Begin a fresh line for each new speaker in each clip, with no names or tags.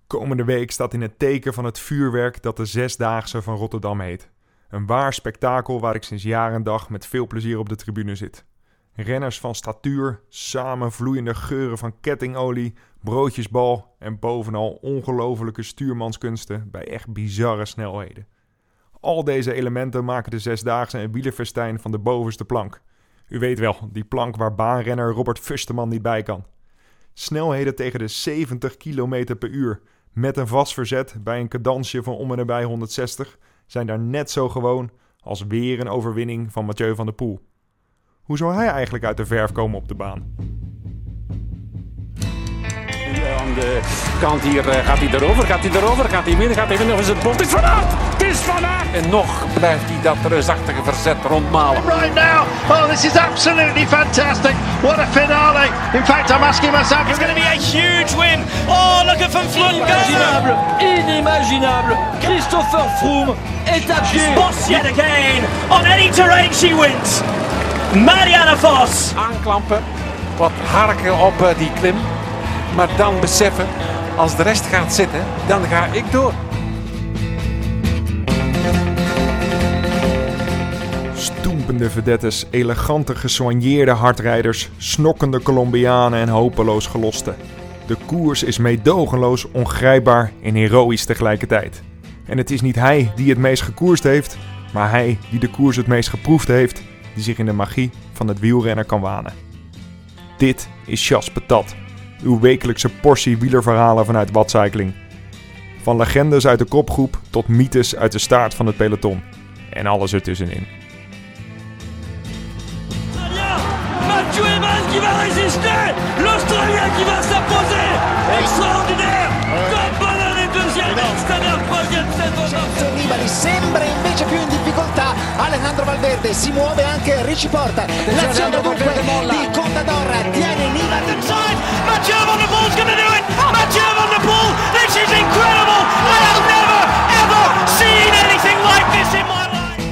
Komende week staat in het teken van het vuurwerk dat de Zesdaagse van Rotterdam heet. Een waar spektakel waar ik sinds jaar en dag met veel plezier op de tribune zit. Renners van statuur, samenvloeiende geuren van kettingolie, broodjesbal en bovenal ongelofelijke stuurmanskunsten bij echt bizarre snelheden. Al deze elementen maken de Zesdaagse een wielerfestijn van de bovenste plank. U weet wel, die plank waar baanrenner Robert Fusterman niet bij kan. Snelheden tegen de 70 km per uur, met een vast verzet bij een cadensje van om en nabij 160, zijn daar net zo gewoon als weer een overwinning van Mathieu van der Poel. Hoe zou hij eigenlijk uit de verf komen op de baan?
Aan de kant hier gaat hij erover, gaat hij winnen, of is het Bos? Het is Van Aert! Het is Van Aert! En nog blijft hij dat reusachtige verzet rondmalen.
Right now, oh this is absolutely fantastic. What a finale. In fact, I'm asking myself...
It's going to be a huge win. Oh, look at Van Vleuten.
Inimaginable. Christopher Froome est à pied.
Vos yet again. On any terrain she wins. Marianne Vos.
Aanklampen, wat harken op die klim. Maar dan beseffen, als de rest gaat zitten, dan ga ik door.
Stoempende vedettes, elegante gesoigneerde hardrijders, snokkende Colombianen en hopeloos gelosten. De koers is meedogenloos, ongrijpbaar en heroïsch tegelijkertijd. En het is niet hij die het meest gekoerst heeft, maar hij die de koers het meest geproefd heeft, die zich in de magie van het wielrenner kan wanen. Dit is Chas Patat. Uw wekelijkse portie wielerverhalen vanuit Wattcycling. Van legendes uit de kopgroep tot mythes uit de staart van het peloton. En alles ertussenin.
Mathieu Eban qui va résister. L'Australien qui va s'imposer. Extraordinaire. Tom Bonnell est deuxième. Extérieur troisième.
Nibali sembra invece più in difficoltà. Alejandro Valverde si muove anche Richie Porta. L'azione dunque di Contador tiene Nibali.
Mathieu van der Poel's going to do it. Mathieu van der Poel. This is incredible. I have never ever seen anything like this in my life.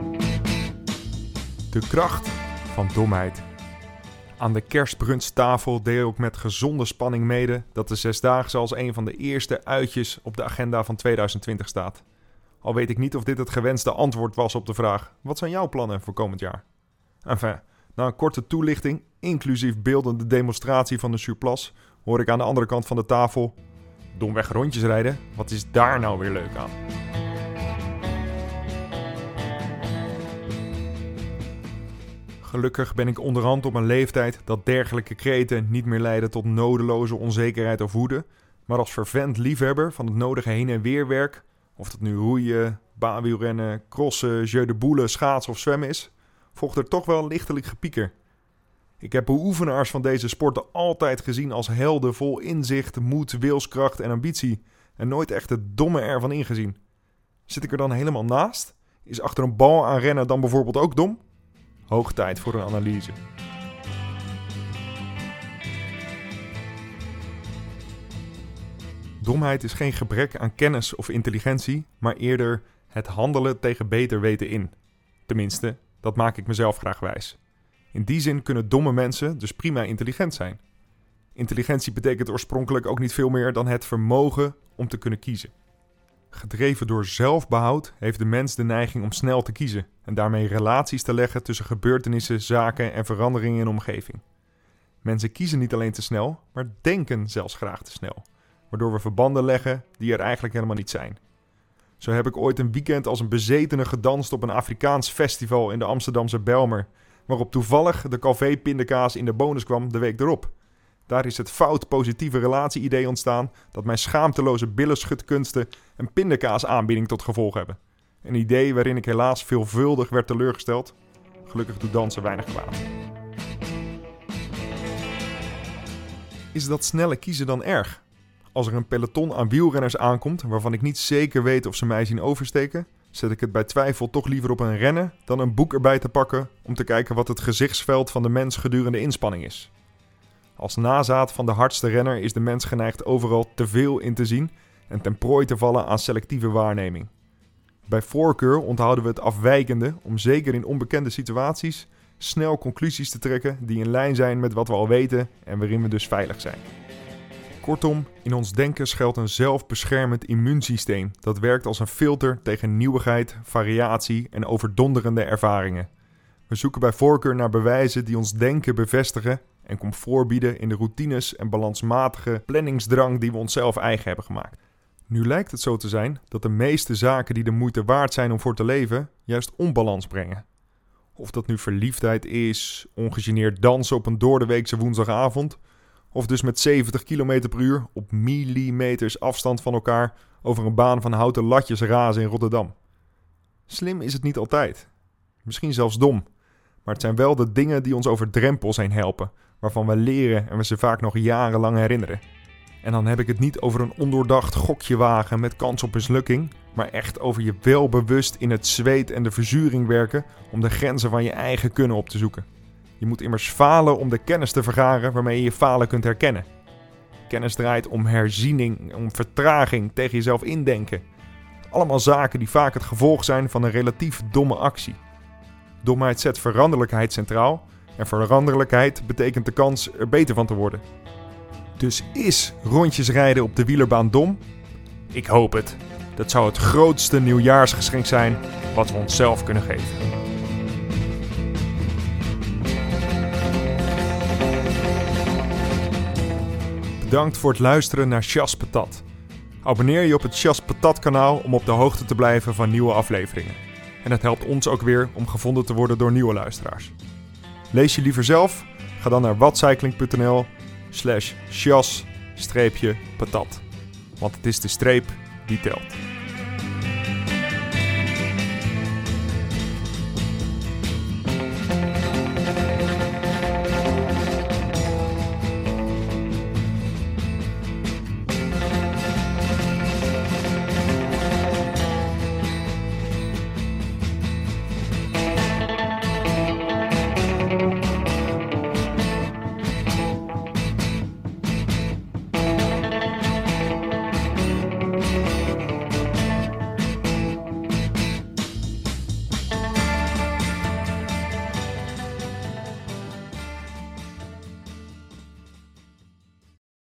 De kracht van domheid. Aan de kerstbrunchtafel deel ik met gezonde spanning mede dat de Zesdaagse als een van de eerste uitjes op de agenda van 2020 staat. Al weet ik niet of dit het gewenste antwoord was op de vraag: wat zijn jouw plannen voor komend jaar? Enfin, na een korte toelichting, inclusief beeldende demonstratie van de surplus, hoor ik aan de andere kant van de tafel: domweg rondjes rijden, wat is daar nou weer leuk aan? Gelukkig ben ik onderhand op een leeftijd dat dergelijke kreten niet meer leiden tot nodeloze onzekerheid of woede, maar als fervent liefhebber van het nodige heen- en weerwerk, of dat nu roeien, baanwielrennen, crossen, jeu de boule, schaatsen of zwemmen is, volgt er toch wel lichtelijk gepieker. Ik heb beoefenaars van deze sporten altijd gezien als helden vol inzicht, moed, wilskracht en ambitie en nooit echt het domme ervan ingezien. Zit ik er dan helemaal naast? Is achter een bal aan rennen dan bijvoorbeeld ook dom? Hoog tijd voor een analyse. Domheid is geen gebrek aan kennis of intelligentie, maar eerder het handelen tegen beter weten in. Tenminste, dat maak ik mezelf graag wijs. In die zin kunnen domme mensen dus prima intelligent zijn. Intelligentie betekent oorspronkelijk ook niet veel meer dan het vermogen om te kunnen kiezen. Gedreven door zelfbehoud heeft de mens de neiging om snel te kiezen en daarmee relaties te leggen tussen gebeurtenissen, zaken en veranderingen in de omgeving. Mensen kiezen niet alleen te snel, maar denken zelfs graag te snel, waardoor we verbanden leggen die er eigenlijk helemaal niet zijn. Zo heb ik ooit een weekend als een bezetene gedanst op een Afrikaans festival in de Amsterdamse Bijlmer, waarop toevallig de Calvé pindakaas in de bonus kwam de week erop. Daar is het fout positieve relatie-idee ontstaan dat mijn schaamteloze billenschutkunsten een pindakaasaanbieding tot gevolg hebben. Een idee waarin ik helaas veelvuldig werd teleurgesteld. Gelukkig doet dansen weinig kwaad. Is dat snelle kiezen dan erg? Als er een peloton aan wielrenners aankomt waarvan ik niet zeker weet of ze mij zien oversteken, zet ik het bij twijfel toch liever op een rennen dan een boek erbij te pakken om te kijken wat het gezichtsveld van de mens gedurende inspanning is. Als nazaat van de hardste renner is de mens geneigd overal te veel in te zien en ten prooi te vallen aan selectieve waarneming. Bij voorkeur onthouden we het afwijkende om zeker in onbekende situaties snel conclusies te trekken die in lijn zijn met wat we al weten en waarin we dus veilig zijn. Kortom, in ons denken schuilt een zelfbeschermend immuunsysteem dat werkt als een filter tegen nieuwigheid, variatie en overdonderende ervaringen. We zoeken bij voorkeur naar bewijzen die ons denken bevestigen en comfort bieden in de routines en balansmatige planningsdrang die we onszelf eigen hebben gemaakt. Nu lijkt het zo te zijn dat de meeste zaken die de moeite waard zijn om voor te leven, juist onbalans brengen. Of dat nu verliefdheid is, ongegeneerd dansen op een doordeweekse woensdagavond, of dus met 70 km per uur op millimeters afstand van elkaar over een baan van houten latjes razen in Rotterdam. Slim is het niet altijd. Misschien zelfs dom. Maar het zijn wel de dingen die ons over drempels heen helpen, waarvan we leren en we ze vaak nog jarenlang herinneren. En dan heb ik het niet over een ondoordacht gokje wagen met kans op mislukking, maar echt over je welbewust in het zweet en de verzuring werken om de grenzen van je eigen kunnen op te zoeken. Je moet immers falen om de kennis te vergaren waarmee je je falen kunt herkennen. Kennis draait om herziening, om vertraging, tegen jezelf indenken. Allemaal zaken die vaak het gevolg zijn van een relatief domme actie. Domheid zet veranderlijkheid centraal en veranderlijkheid betekent de kans er beter van te worden. Dus is rondjes rijden op de wielerbaan dom? Ik hoop het. Dat zou het grootste nieuwjaarsgeschenk zijn wat we onszelf kunnen geven. Bedankt voor het luisteren naar Chas Patat. Abonneer je op het Chas Patat kanaal om op de hoogte te blijven van nieuwe afleveringen. En het helpt ons ook weer om gevonden te worden door nieuwe luisteraars. Lees je liever zelf? Ga dan naar watcycling.nl/chas-patat. Want het is de streep die telt.